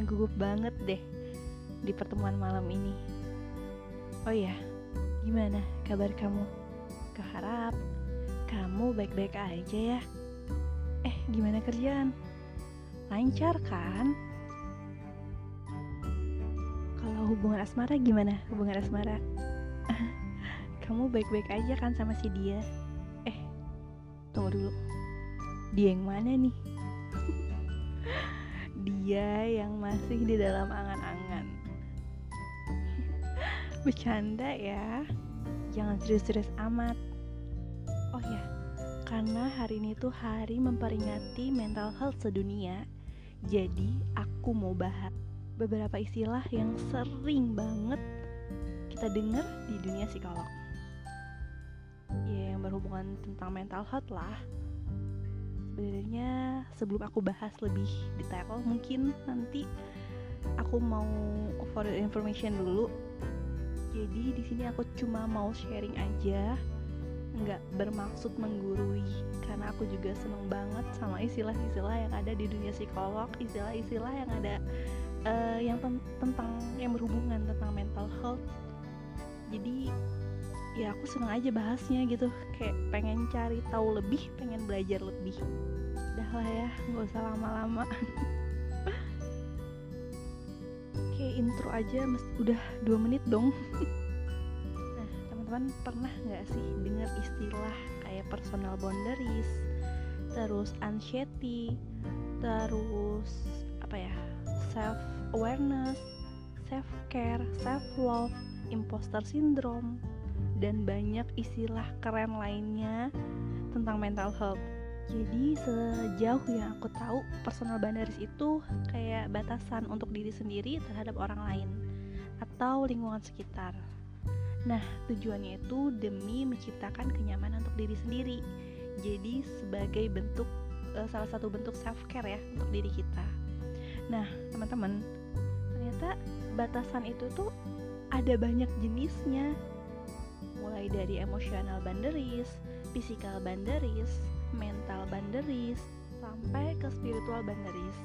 gugup banget deh di pertemuan malam ini. Oh iya, gimana kabar kamu? Kuharap kamu baik-baik aja ya. Gimana kerjaan? Lancar kan? Kalau hubungan asmara gimana? Hubungan asmara? Kamu baik-baik aja kan sama si dia? Tunggu dulu. Dia yang mana nih? Dia yang masih di dalam angan-angan. Bercanda ya. Jangan serius-serius amat. Oh ya, karena hari ini tuh hari memperingati mental health sedunia. Jadi aku mau bahas beberapa istilah yang sering banget kita dengar di dunia psikolog. Ya, yang berhubungan tentang mental health lah. Sebenarnya sebelum aku bahas lebih detail, mungkin nanti aku mau for your information dulu. Jadi di sini aku cuma mau sharing aja, nggak bermaksud menggurui, karena aku juga seneng banget sama istilah-istilah yang ada di dunia psikolog, istilah-istilah yang ada yang tentang yang berhubungan tentang mental health. Jadi ya aku seneng aja bahasnya gitu, kayak pengen cari tahu lebih, pengen belajar lebih. Udah lah ya, nggak usah lama-lama. Oke, intro aja udah 2 menit dong. Nah, teman-teman pernah nggak sih dengar istilah kayak personal boundaries, terus anxiety, terus self awareness, self care, self love, imposter syndrome, dan banyak istilah keren lainnya tentang mental health. Jadi sejauh yang aku tahu, personal boundaries itu kayak batasan untuk diri sendiri terhadap orang lain atau lingkungan sekitar. Nah, tujuannya itu demi menciptakan kenyamanan untuk diri sendiri. Jadi sebagai bentuk salah satu bentuk self care ya untuk diri kita. Nah, teman-teman, ternyata batasan itu tuh ada banyak jenisnya. Mulai dari emotional boundaries, physical boundaries, mental boundaries, sampai ke spiritual boundaries.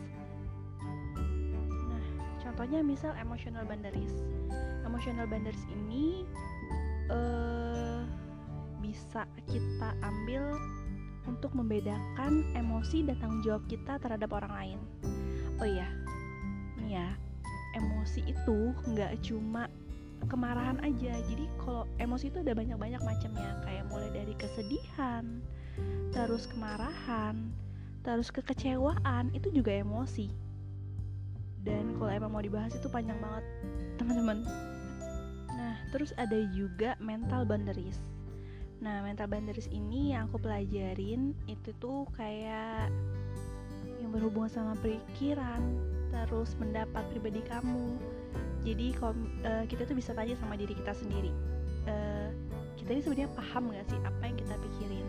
Nah, contohnya misal emotional boundaries. Emotional boundaries ini bisa kita ambil untuk membedakan emosi dan tanggung jawab kita terhadap orang lain. Oh iya, nih ya, emosi itu nggak cuma kemarahan aja. Jadi kalau emosi itu ada banyak-banyak macamnya, kayak mulai dari kesedihan, terus kemarahan, terus kekecewaan, itu juga emosi. Dan kalau emang mau dibahas itu panjang banget, teman-teman. Nah, terus ada juga mental boundaries. Nah, mental boundaries ini yang aku pelajarin itu tuh kayak yang berhubungan sama pikiran, terus pendapat pribadi kamu. Jadi kita tuh bisa tanya sama diri kita sendiri, kita ini sebenarnya paham nggak sih apa yang kita pikirin?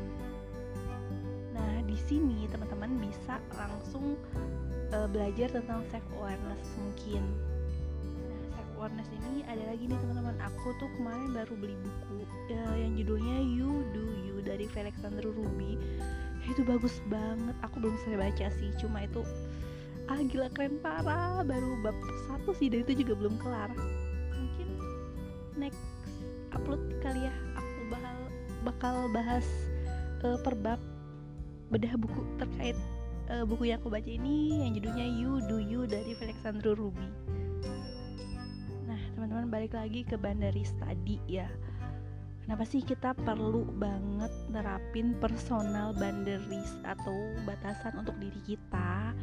Nah, di sini teman-teman bisa langsung belajar tentang self awareness mungkin. Nah, self awareness ini ada lagi nih teman-teman. Aku tuh kemarin baru beli buku yang judulnya You Do You dari Felix Sandro Ruby. Itu bagus banget. Aku belum selesai baca sih, cuma itu gila keren parah. Baru bab 1 sih, dan itu juga belum kelar. Mungkin next upload kali ya, aku bakal bahas per bab bedah buku terkait buku yang aku baca ini yang judulnya You Do You dari Felix Sandro Ruby. Nah, teman-teman, balik lagi ke boundaries tadi ya. Kenapa sih kita perlu banget nerapin personal boundaries atau batasan untuk diri kita?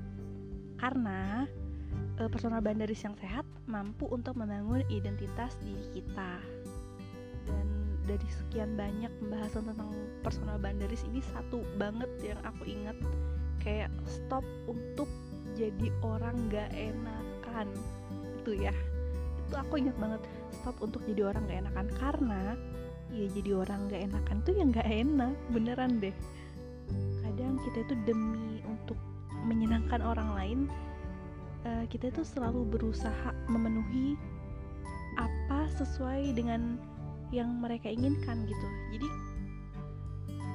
Karena personal boundaries yang sehat mampu untuk membangun identitas diri kita. Dan dari sekian banyak pembahasan tentang personal boundaries, ini satu banget yang aku ingat, kayak stop untuk jadi orang gak enakan. Itu ya, itu aku ingat banget, stop untuk jadi orang gak enakan. Karena ya jadi orang gak enakan tuh yang gak enak, beneran deh. Kadang kita itu demi untuk menyenangkan orang lain, kita itu selalu berusaha memenuhi apa sesuai dengan yang mereka inginkan gitu. Jadi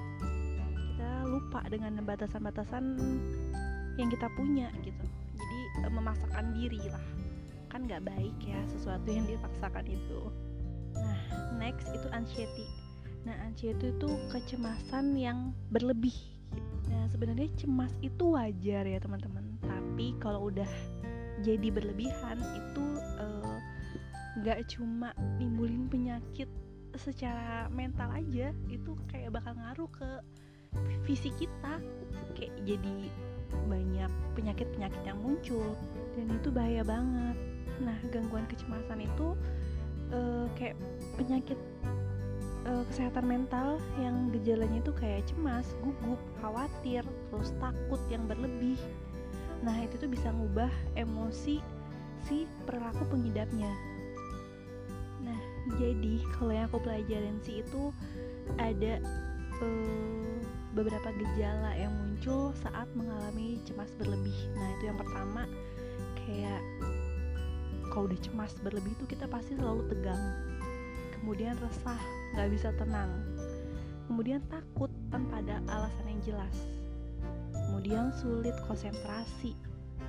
kita lupa dengan batasan-batasan yang kita punya gitu. Jadi memaksakan diri lah, kan nggak baik ya sesuatu yang dipaksakan itu. Nah, next itu anxiety. Nah, anxiety itu kecemasan yang berlebih. Nah, sebenarnya cemas itu wajar ya teman-teman, tapi kalau udah jadi berlebihan itu nggak cuma nimbulin penyakit secara mental aja, itu kayak bakal ngaruh ke fisik kita, kayak jadi banyak penyakit-penyakit yang muncul dan itu bahaya banget. Nah, gangguan kecemasan itu kayak penyakit kesehatan mental yang gejalanya itu kayak cemas, gugup, khawatir, terus takut yang berlebih. Nah, itu tuh bisa ngubah emosi si perilaku pengidapnya. Nah, jadi kalau yang aku pelajarin sih itu ada beberapa gejala yang muncul saat mengalami cemas berlebih. Nah, itu yang pertama, kayak kalau udah cemas berlebih itu kita pasti selalu tegang, kemudian resah, gak bisa tenang, kemudian takut tanpa ada alasan yang jelas, kemudian sulit konsentrasi.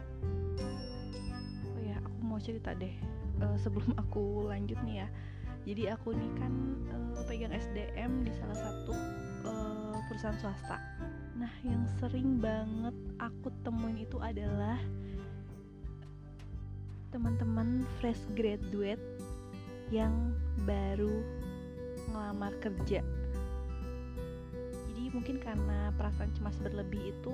Oh ya, aku mau cerita deh sebelum aku lanjut nih ya. Jadi aku nih kan pegang SDM di salah satu perusahaan swasta. Nah, yang sering banget aku temuin itu adalah teman-teman fresh graduate yang baru ngelamar kerja. Jadi mungkin karena perasaan cemas berlebih itu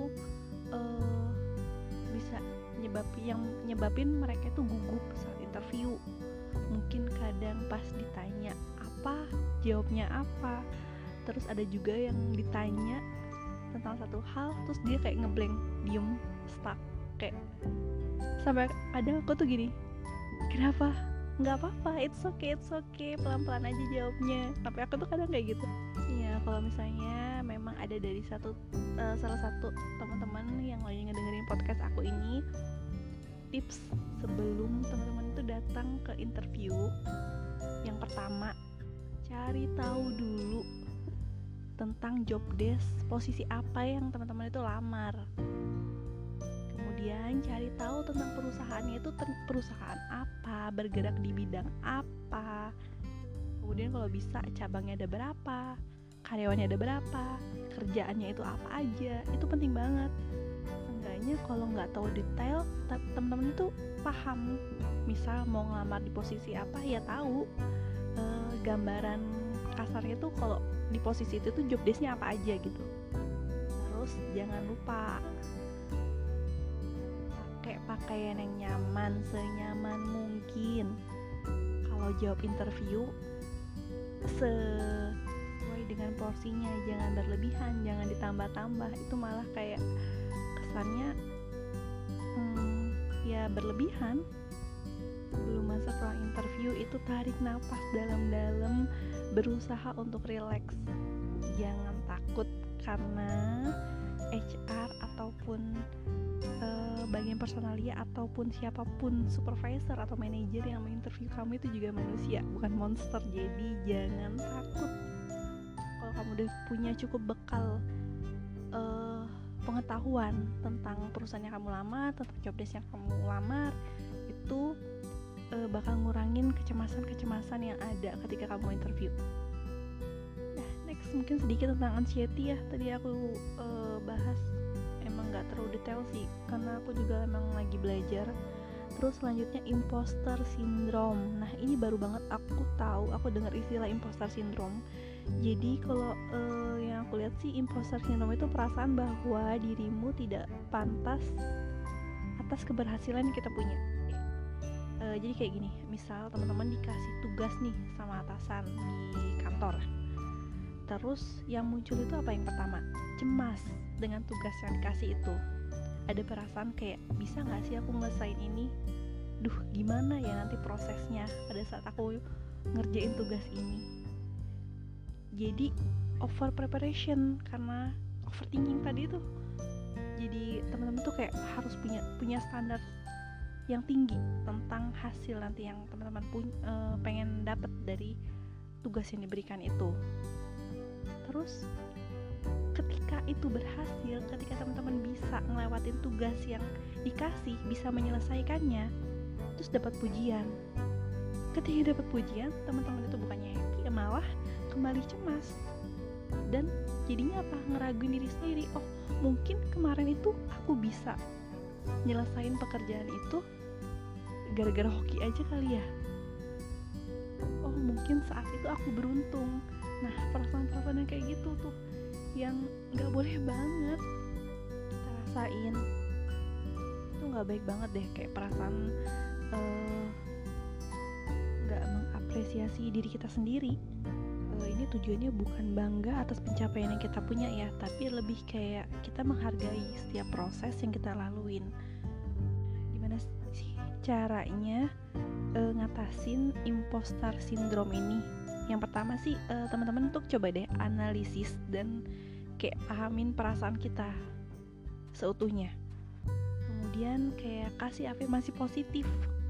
bisa nyebabin mereka itu gugup saat interview. Mungkin kadang pas ditanya apa, jawabnya apa. Terus ada juga yang ditanya tentang satu hal, terus dia kayak ngeblank, diem, stuck, kayak sampai kadang aku tuh gini, kenapa? Nggak apa-apa, it's okay, pelan-pelan aja jawabnya. Tapi aku tuh kadang kayak gitu. Ya, kalau misalnya memang ada dari salah satu teman-teman yang lagi ngedengerin podcast aku ini, tips sebelum teman-teman itu datang ke interview, yang pertama, cari tahu dulu tentang job desk, posisi apa yang teman-teman itu lamar. Kemudian cari tahu tentang perusahaannya itu perusahaan apa, bergerak di bidang apa. Kemudian kalau bisa cabangnya ada berapa, karyawannya ada berapa, kerjaannya itu apa aja. Itu penting banget. Seenggaknya kalau nggak tahu detail, teman-teman itu paham. Misal mau ngelamar di posisi apa, ya tahu gambaran kasarnya tuh kalau di posisi itu tuh job desk-nya apa aja gitu. Terus jangan lupa pakai pakaian yang nyaman, senyaman mungkin. Kalau jawab interview sesuai dengan porsinya, jangan berlebihan, jangan ditambah-tambah. Itu malah kayak kesannya ya berlebihan. Sebelum masuk ruang interview itu tarik nafas dalam-dalam, berusaha untuk rileks. Jangan takut karena HR ataupun bagian personalia ataupun siapapun, supervisor atau manajer yang menginterview kamu itu juga manusia, bukan monster. Jadi jangan takut. Kalau kamu udah punya cukup bekal pengetahuan tentang perusahaan yang kamu lamar, tentang job desk yang kamu lamar, itu bakal ngurangin kecemasan-kecemasan yang ada ketika kamu interview. Nah, next mungkin sedikit tentang anxiety ya. Tadi aku bahas, emang gak terlalu detail sih karena aku juga emang lagi belajar. Terus selanjutnya imposter syndrome. Nah, ini baru banget aku dengar istilah imposter syndrome. Jadi kalau yang aku lihat sih, imposter syndrome itu perasaan bahwa dirimu tidak pantas atas keberhasilan yang kita punya. Jadi kayak gini, misal teman-teman dikasih tugas nih sama atasan di kantor. Terus yang muncul itu apa yang pertama? Cemas dengan tugas yang dikasih itu. Ada perasaan kayak, bisa gak sih aku ngelesain ini? Duh, gimana ya nanti prosesnya pada saat aku ngerjain tugas ini? Jadi over preparation karena overthinking tadi tuh. Jadi teman-teman tuh kayak harus punya standar yang tinggi tentang hasil nanti yang teman-teman pengen dapat dari tugas yang diberikan itu. Terus ketika ketika itu berhasil, ketika teman-teman bisa ngelewatin tugas yang dikasih, bisa menyelesaikannya, terus dapat pujian. Ketika dapat pujian, teman-teman itu bukannya happy, malah kembali cemas. Dan jadinya apa? Ngeraguin diri sendiri. Oh, mungkin kemarin itu aku bisa nyelesain pekerjaan itu gara-gara hoki aja kali ya. Oh, mungkin saat itu aku beruntung. Nah, perasaan-perasaan yang kayak gitu tuh yang gak boleh banget kita rasain. Itu gak baik banget deh, kayak perasaan gak mengapresiasi diri kita sendiri. Ini tujuannya bukan bangga atas pencapaian yang kita punya ya, tapi lebih kayak kita menghargai setiap proses yang kita laluin. Gimana sih caranya ngatasin imposter syndrome ini? Yang pertama sih teman-teman untuk coba deh analisis dan kayak pahamin perasaan kita seutuhnya. Kemudian kayak kasih afirmasi positif.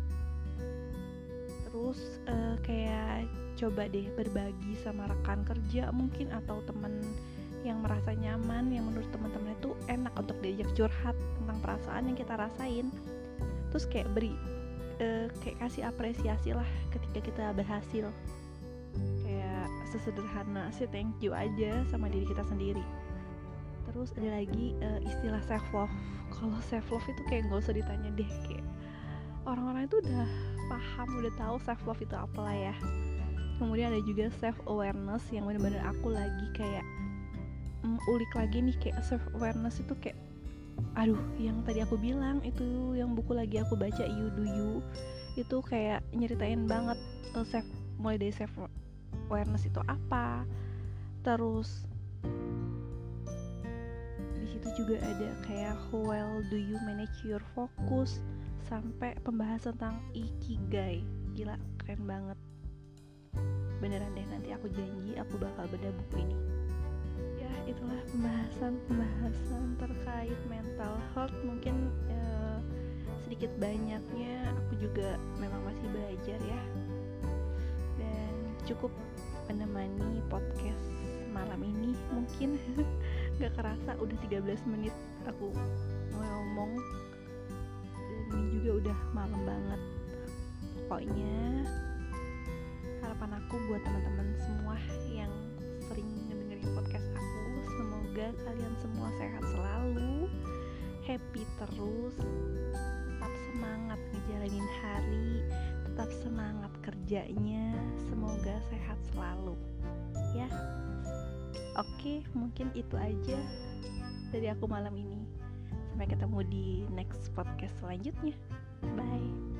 Terus kayak coba deh berbagi sama rekan kerja mungkin atau teman yang merasa nyaman, yang menurut teman-teman itu enak untuk diajak curhat tentang perasaan yang kita rasain. Terus kayak kayak kasih apresiasi lah ketika kita berhasil. Kayak sesederhana sih thank you aja sama diri kita sendiri. Terus ada lagi istilah self love. Kalau self love itu kayak nggak usah ditanya deh, kayak orang-orang itu udah paham, udah tahu self love itu apa lah ya. Kemudian ada juga self awareness yang benar-benar aku lagi kayak ulik lagi nih, kayak self awareness itu kayak yang tadi aku bilang itu, yang buku lagi aku baca You Do You itu kayak nyeritain banget mulai dari self awareness itu apa. Terus di situ juga ada kayak how well do you manage your focus, sampai pembahasan tentang ikigai. Gila, keren banget. Beneran deh, nanti aku janji aku bakal bedah buku ini. Ya, itulah pembahasan terkait mental health. Mungkin sedikit banyaknya aku juga memang masih belajar ya. Dan cukup menemani podcast malam ini. Mungkin gak kerasa udah 13 menit aku ngomong. Dan ini juga udah malam banget. Pokoknya harapan aku buat teman-teman semua yang sering ngedengerin podcast aku, semoga kalian semua sehat selalu, happy terus, tetap semangat ngejalanin hari, tetap semangat kerjanya, semoga sehat selalu ya. Oke, mungkin itu aja dari aku malam ini. Sampai ketemu di next podcast selanjutnya. Bye.